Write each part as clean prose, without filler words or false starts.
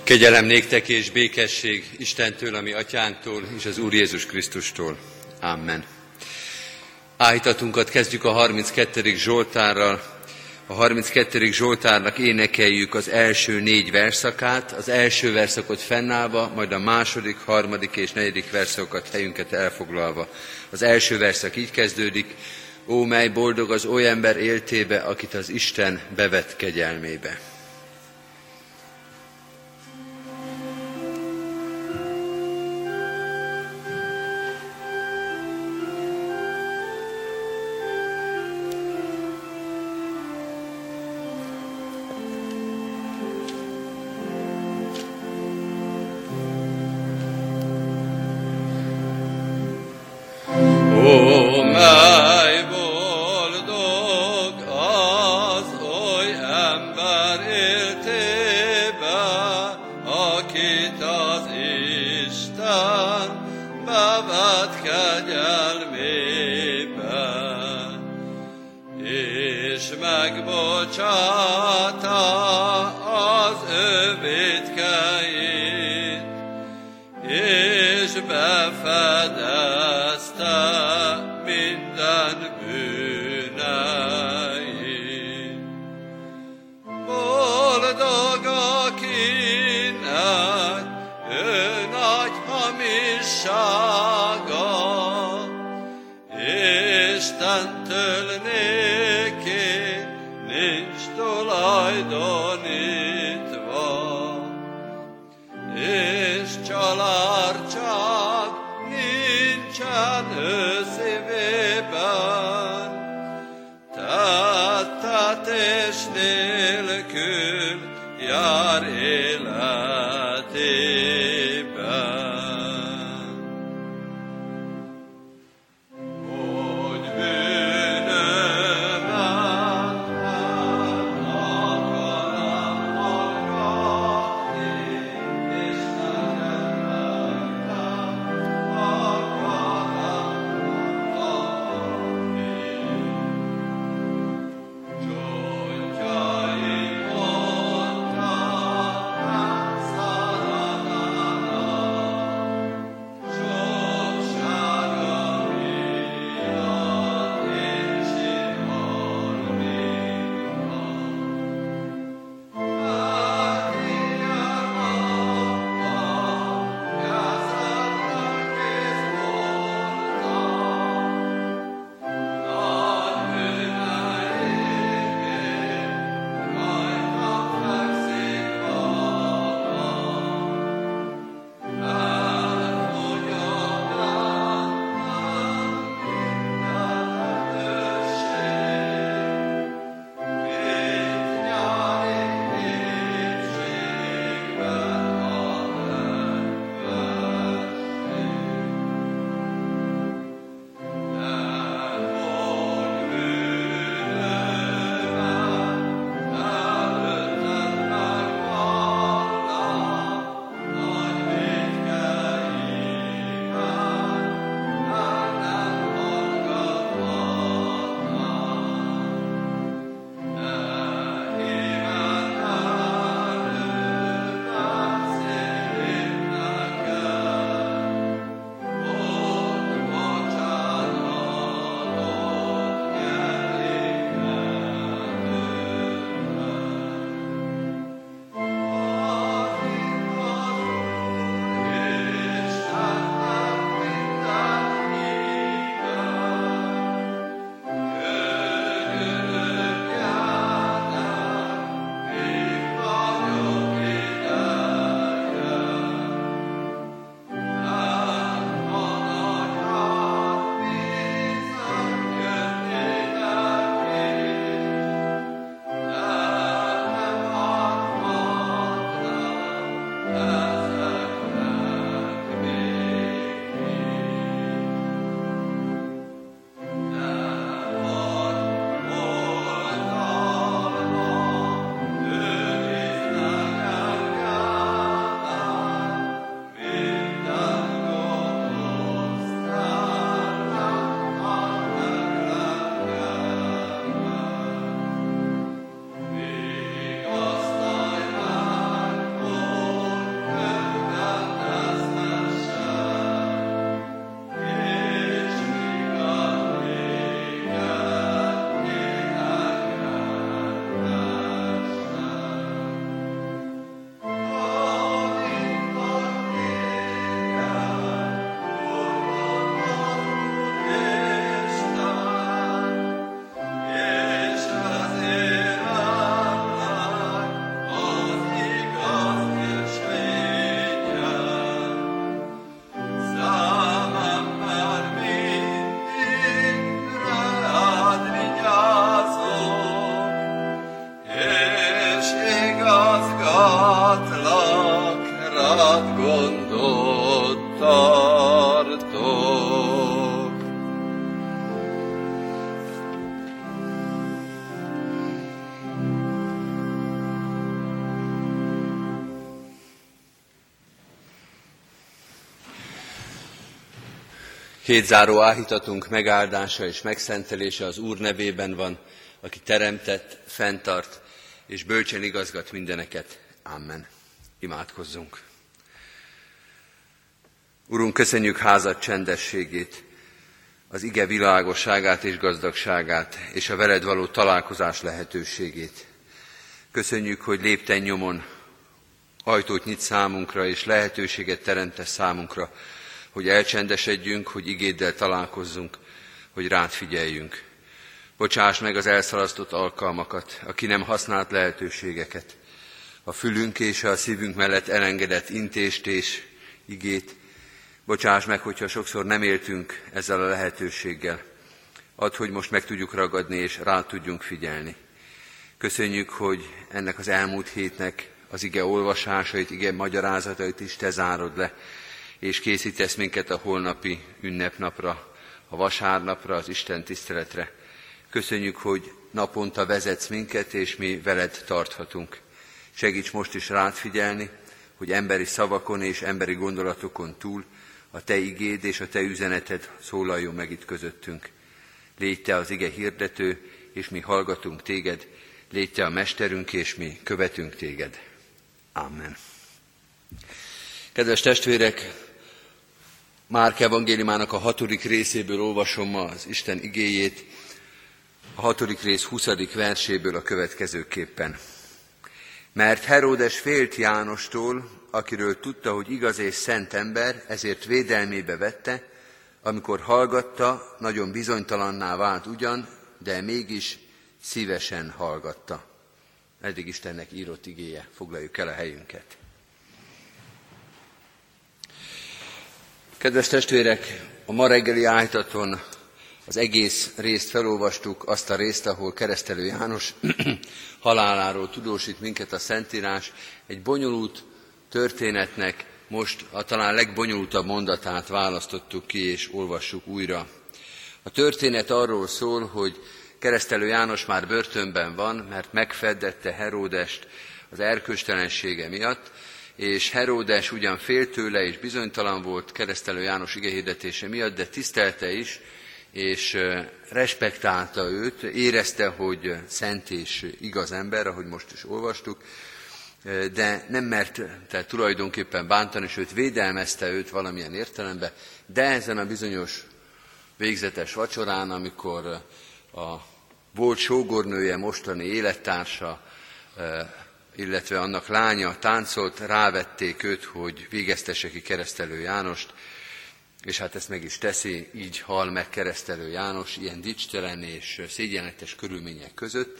Kegyelem néktek és békesség Istentől, a mi atyánktól és az Úr Jézus Krisztustól. Amen. Áhítatunkat kezdjük a 32. Zsoltárral. A 32. Zsoltárnak énekeljük az első 4 verszakát, az első verszakot fennállva, majd a második, harmadik és negyedik verszakokat helyünket elfoglalva. Az első verszak így kezdődik: Ó, mely boldog az oly ember éltébe, akit az Isten bevet kegyelmébe. Két záró áhítatunk megáldása és megszentelése az Úr nevében van, aki teremtett, fenntart és bölcsen igazgat mindeneket. Amen. Imádkozzunk. Urunk, köszönjük házad csendességét, az ige világosságát és gazdagságát, és a veled való találkozás lehetőségét. Köszönjük, hogy lépten nyomon ajtót nyit számunkra, és lehetőséget teremtesz számunkra, hogy elcsendesedjünk, hogy igéddel találkozzunk, hogy rád figyeljünk. Bocsáss meg az elszalasztott alkalmakat, a ki nem használt lehetőségeket, a fülünk és a szívünk mellett elengedett intést és igét. Bocsáss meg, hogyha sokszor nem éltünk ezzel a lehetőséggel. Add, hogy most meg tudjuk ragadni és rá tudjunk figyelni. Köszönjük, hogy ennek az elmúlt hétnek az ige olvasásait, ige magyarázatait is te zárod le, és készítesz minket a holnapi ünnepnapra, a vasárnapra, az Isten tiszteletre. Köszönjük, hogy naponta vezetsz minket, és mi veled tarthatunk. Segíts most is rád figyelni, hogy emberi szavakon és emberi gondolatokon túl a te igéd és a te üzeneted szólaljon meg itt közöttünk. Légy te az ige hirdető, és mi hallgatunk téged, légy te a mesterünk, és mi követünk téged. Amen. Kedves testvérek, Márk evangéliumának a 6. részéből olvasom ma az Isten igéjét, a 6. rész 20. verséből a következőképpen. Mert Heródes félt Jánostól, akiről tudta, hogy igaz és szent ember, ezért védelmébe vette, amikor hallgatta, nagyon bizonytalanná vált ugyan, de mégis szívesen hallgatta. Eddig Istennek írott igéje, foglaljuk el a helyünket. Kedves testvérek, a ma reggeli áhítaton az egész részt felolvastuk, azt a részt, ahol Keresztelő János haláláról tudósít minket a Szentírás. Egy bonyolult történetnek most a talán legbonyolultabb mondatát választottuk ki, és olvassuk újra. A történet arról szól, hogy Keresztelő János már börtönben van, mert megfeddette Heródest az erkölcstelensége miatt, és Heródes ugyan félt tőle és bizonytalan volt Keresztelő János igehirdetése miatt, de tisztelte is, és respektálta őt, érezte, hogy szent és igaz ember, ahogy most is olvastuk, de nem merte tulajdonképpen bántani, sőt védelmezte őt valamilyen értelemben, de ezen a bizonyos végzetes vacsorán, amikor a volt sógornője, mostani élettársa, illetve annak lánya táncolt, rávették őt, hogy végeztesse ki Keresztelő Jánost, és hát ezt meg is teszi, így hal meg Keresztelő János, ilyen dicstelen és szégyenletes körülmények között.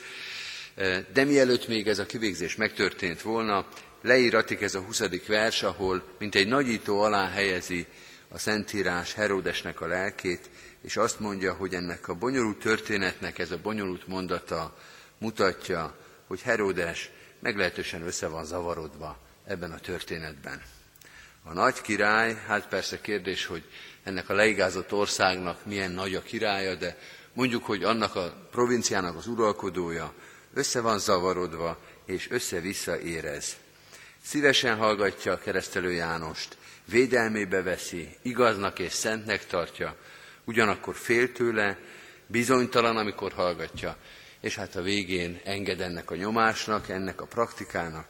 De mielőtt még ez a kivégzés megtörtént volna, leíratik ez a 20. vers, ahol mint egy nagyító alá helyezi a Szentírás Heródesnek a lelkét, és azt mondja, hogy ennek a bonyolult történetnek ez a bonyolult mondata mutatja, hogy Heródes meglehetősen össze van zavarodva ebben a történetben. A nagy király, hát persze kérdés, hogy ennek a leigázott országnak milyen nagy a királya, de mondjuk, hogy annak a provinciának az uralkodója össze van zavarodva, és össze-vissza érez. Szívesen hallgatja a Keresztelő Jánost, védelmébe veszi, igaznak és szentnek tartja, ugyanakkor fél tőle, bizonytalan, amikor hallgatja, és hát a végén enged ennek a nyomásnak, ennek a praktikának,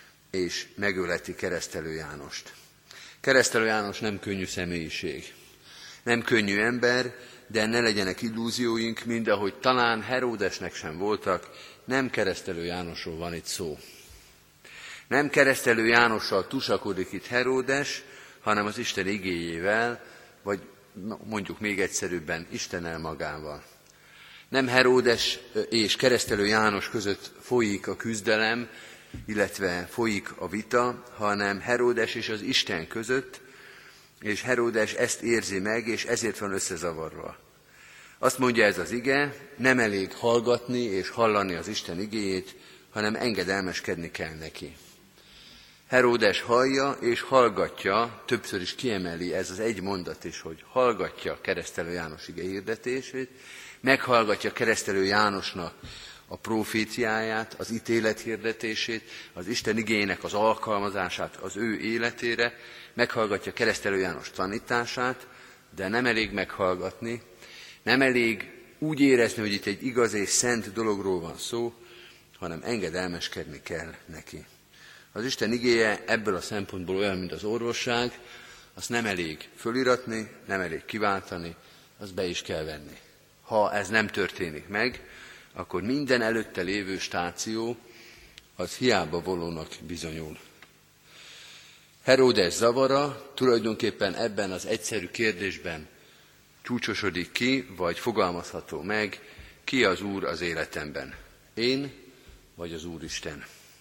és megöleti Keresztelő Jánost. Keresztelő János nem könnyű személyiség, nem könnyű ember, de ne legyenek illúzióink, mind ahogy talán Heródesnek sem voltak, nem Keresztelő Jánosról van itt szó. Nem Keresztelő Jánossal tusakodik itt Heródes, hanem az Isten igéjével, vagy mondjuk még egyszerűbben, Istennel magával. Nem Heródes és Keresztelő János között folyik a küzdelem, illetve folyik a vita, hanem Heródes és az Isten között, és Heródes ezt érzi meg, és ezért van összezavarva. Azt mondja ez az ige, nem elég hallgatni és hallani az Isten igéjét, hanem engedelmeskedni kell neki. Heródes hallja és hallgatja, többször is kiemeli ez az egy mondat is, hogy hallgatja Keresztelő János ige hirdetését, meghallgatja Keresztelő Jánosnak a proféciáját, az ítélet hirdetését, az Isten igéjének az alkalmazását az ő életére, meghallgatja Keresztelő János tanítását, De nem elég meghallgatni, nem elég úgy érezni, hogy itt egy igaz és szent dologról van szó, hanem engedelmeskedni kell neki. Az Isten igéje ebből a szempontból olyan, mint az orvosság, azt nem elég föliratni, nem elég kiváltani, azt be is kell venni. Ha ez nem történik meg, akkor minden előtte lévő stáció az hiába valónak bizonyul. Heródes zavara tulajdonképpen ebben az egyszerű kérdésben csúcsosodik ki, vagy fogalmazható meg, ki az Úr az életemben? Én, vagy az Úristen?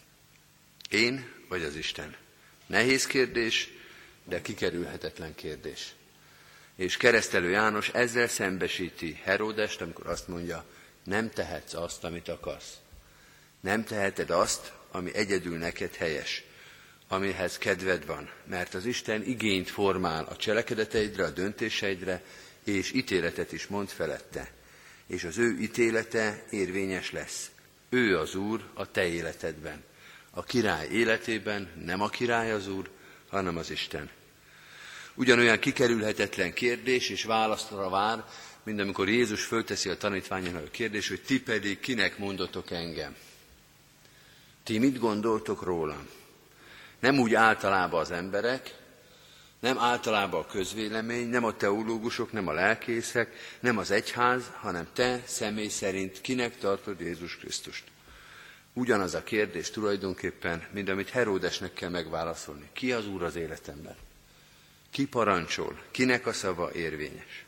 Én, vagy az Isten? Nehéz kérdés, de kikerülhetetlen kérdés. És Keresztelő János ezzel szembesíti Heródest, amikor azt mondja, nem tehetsz azt, amit akarsz. Nem teheted azt, ami egyedül neked helyes, amihez kedved van, mert az Isten igényt formál a cselekedeteidre, a döntéseidre, és ítéletet is mond felette. És az ő ítélete érvényes lesz. Ő az Úr a te életedben. A király életében nem a király az Úr, hanem az Isten. Ugyanolyan kikerülhetetlen kérdés és válaszra vár, mint amikor Jézus fölteszi a tanítványának a kérdés, hogy ti pedig kinek mondotok engem? Ti mit gondoltok rólam? Nem úgy általában az emberek, nem általában a közvélemény, nem a teológusok, nem a lelkészek, nem az egyház, hanem te személy szerint kinek tartod Jézus Krisztust? Ugyanaz a kérdés tulajdonképpen, mint amit Heródesnek kell megválaszolni. Ki az Úr az életemben? Ki parancsol? Kinek a szava érvényes?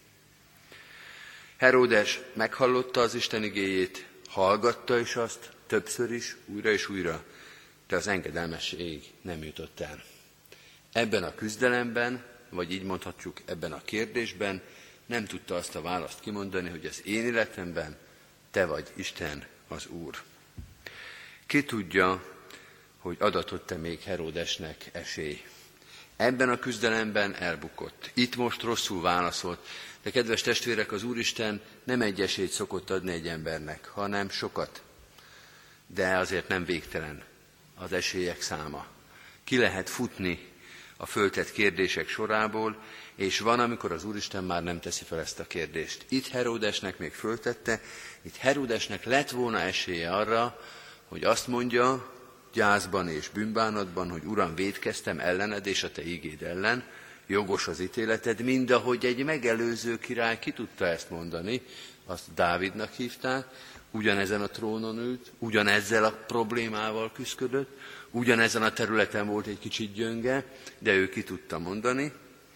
Heródes meghallotta az Isten igéjét, hallgatta is azt, többször is, újra és újra, de az engedelmesség nem jutott el. Ebben a küzdelemben, vagy így mondhatjuk, ebben a kérdésben nem tudta azt a választ kimondani, hogy az én életemben te vagy Isten az Úr. Ki tudja, hogy adatott-e még Heródesnek esély. Ebben a küzdelemben elbukott. Itt most rosszul válaszolt. De kedves testvérek, az Úristen nem egy esélyt szokott adni egy embernek, hanem sokat. De azért nem végtelen az esélyek száma. Ki lehet futni a föltett kérdések sorából, és van, amikor az Úristen már nem teszi fel ezt a kérdést. Itt Heródesnek még föltette, itt Heródesnek lett volna esélye arra, hogy azt mondja gyászban és bűnbánatban, hogy Uram, vétkeztem ellened és a te igéd ellen, jogos az ítéleted, mindahogy egy megelőző király ki tudta ezt mondani, azt Dávidnak hívták, ugyanezen a trónon ült, ugyanezzel a problémával küszködött, ugyanezen a területen volt egy kicsit gyönge, de ő ki tudta mondani.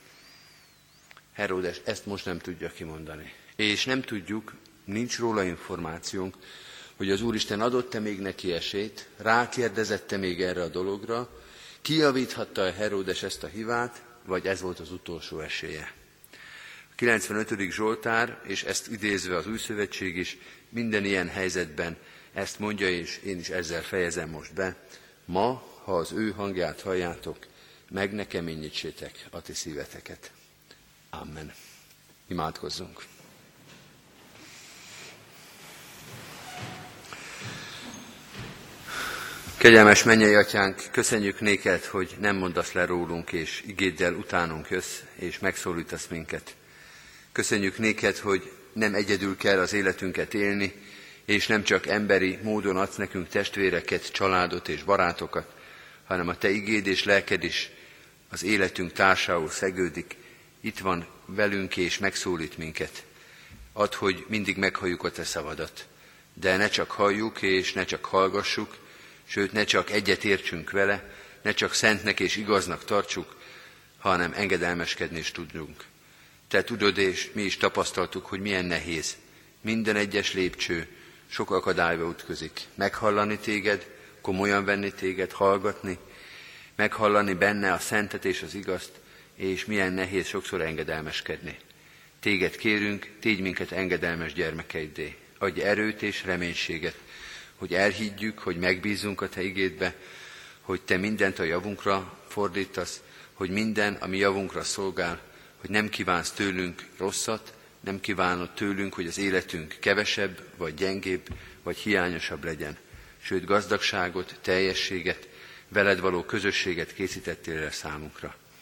Heródes ezt most nem tudja kimondani. És nem tudjuk, nincs róla információnk, hogy az Úristen adott-e még neki esélyt, rákérdezette még erre a dologra, kijavíthatta a Heródes ezt a hibát, vagy ez volt az utolsó esélye. A 95. Zsoltár, és ezt idézve az Új Szövetség is, minden ilyen helyzetben ezt mondja, és én is ezzel fejezem most be. Ma, ha az ő hangját halljátok, meg ne keményítsétek a ti szíveteket. Amen. Imádkozzunk. Kegyelmes mennyei atyánk, köszönjük néked, hogy nem mondasz le rólunk, és igéddel utánunk jössz, és megszólítasz minket. Köszönjük néked, hogy nem egyedül kell az életünket élni, és nem csak emberi módon adsz nekünk testvéreket, családot és barátokat, hanem a te igéd és lelked is az életünk társául szegődik, itt van velünk és megszólít minket. Add, hogy mindig meghalljuk a te szavadat, de ne csak halljuk és ne csak hallgassuk, sőt, ne csak egyet értsünk vele, ne csak szentnek és igaznak tartsuk, hanem engedelmeskedni is tudjunk. Te tudod, és mi is tapasztaltuk, hogy milyen nehéz. Minden egyes lépcső sok akadályba ütközik. Meghallani téged, komolyan venni téged, hallgatni, meghallani benne a szentet és az igazt, és milyen nehéz sokszor engedelmeskedni. Téged kérünk, tégy minket engedelmes gyermekeiddé. Adj erőt és reménységet, hogy elhiggyük, hogy megbízunk a te igédbe, hogy te mindent a javunkra fordítasz, hogy minden, ami javunkra szolgál, hogy nem kívánsz tőlünk rosszat, nem kívánod tőlünk, hogy az életünk kevesebb, vagy gyengébb, vagy hiányosabb legyen. Sőt, gazdagságot, teljességet, veled való közösséget készítettél el számunkra.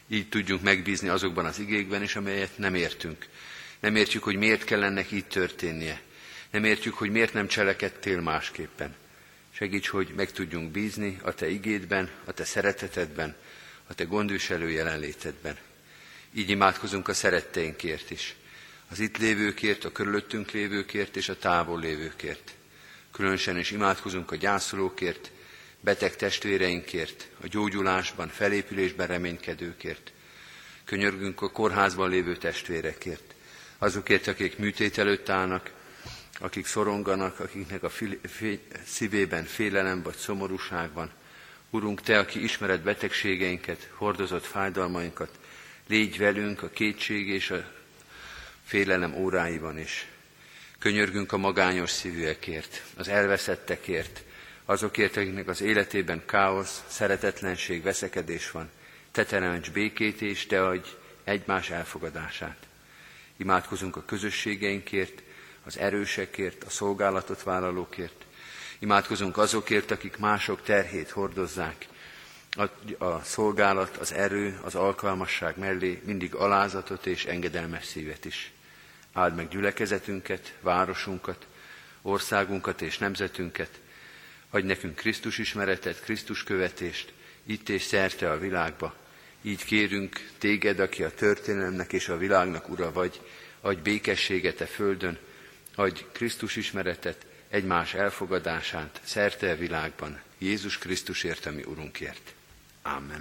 Így tudjunk megbízni azokban az igékben is, amelyet nem értünk. Nem értjük, hogy miért kell ennek így történnie. Nem értjük, hogy miért nem cselekedtél másképpen. Segíts, hogy meg tudjunk bízni a Te igédben, a Te szeretetedben, a Te gondviselő jelenlétedben. Így imádkozunk a szeretteinkért is. Az itt lévőkért, a körülöttünk lévőkért és a távol lévőkért. Különösen is imádkozunk a gyászolókért, beteg testvéreinkért, a gyógyulásban, felépülésben reménykedőkért. Könyörgünk a kórházban lévő testvérekért, azokért, akik műtét előtt állnak, akik szoronganak, akiknek a szívében félelem vagy szomorúság van. Urunk, Te, aki ismered betegségeinket, hordozott fájdalmainkat, légy velünk a kétség és a félelem óráiban is. Könyörgünk a magányos szívűekért, az elveszettekért, azokért, akiknek az életében káosz, szeretetlenség, veszekedés van. Te teremts békét, és Te adj egymás elfogadását. Imádkozunk a közösségeinkért, az erősekért, a szolgálatot vállalókért. Imádkozunk azokért, akik mások terhét hordozzák. A szolgálat, az erő, az alkalmasság mellé mindig alázatot és engedelmes szívet is. Áld meg gyülekezetünket, városunkat, országunkat és nemzetünket. Adj nekünk Krisztus ismeretet, Krisztus követést, itt és szerte a világba. Így kérünk Téged, aki a történelemnek és a világnak ura vagy, adj békességet a földön, adj Krisztus ismeretet, egymás elfogadását szerte a világban, Jézus Krisztusért, a mi Urunkért. Amen.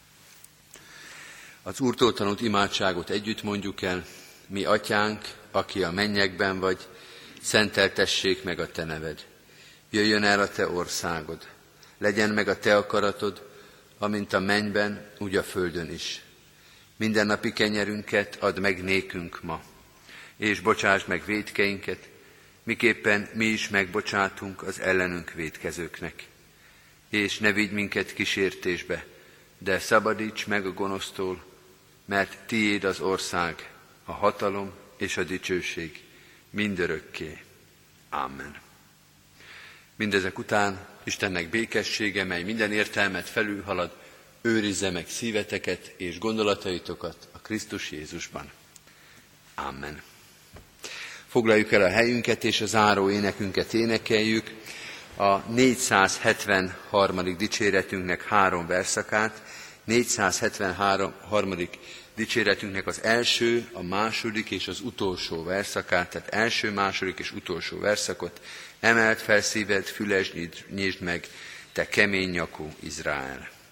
Az Úrtól tanult imádságot együtt mondjuk el. Mi Atyánk, aki a mennyekben vagy, szenteltessék meg a Te neved. Jöjjön el a Te országod. Legyen meg a Te akaratod, amint a mennyben, úgy a földön is. Mindennapi kenyerünket add meg nékünk ma, és bocsásd meg vétkeinket, miképpen mi is megbocsátunk az ellenünk vétkezőknek. És ne vigy minket kísértésbe, de szabadíts meg a gonosztól, mert Tiéd az ország, a hatalom és a dicsőség mindörökké. Amen. Mindezek után Istennek békessége, mely minden értelmet felülhalad, őrizze meg szíveteket és gondolataitokat a Krisztus Jézusban. Amen. Foglaljuk el a helyünket, és a záró énekünket énekeljük, a 473. dicséretünknek 3 verszakát, 473. dicséretünknek az első, a második és az utolsó verszakát, tehát első, második és utolsó verszakot. Emeld fel szíved, füles nyisd meg, te kemény nyakú Izrael!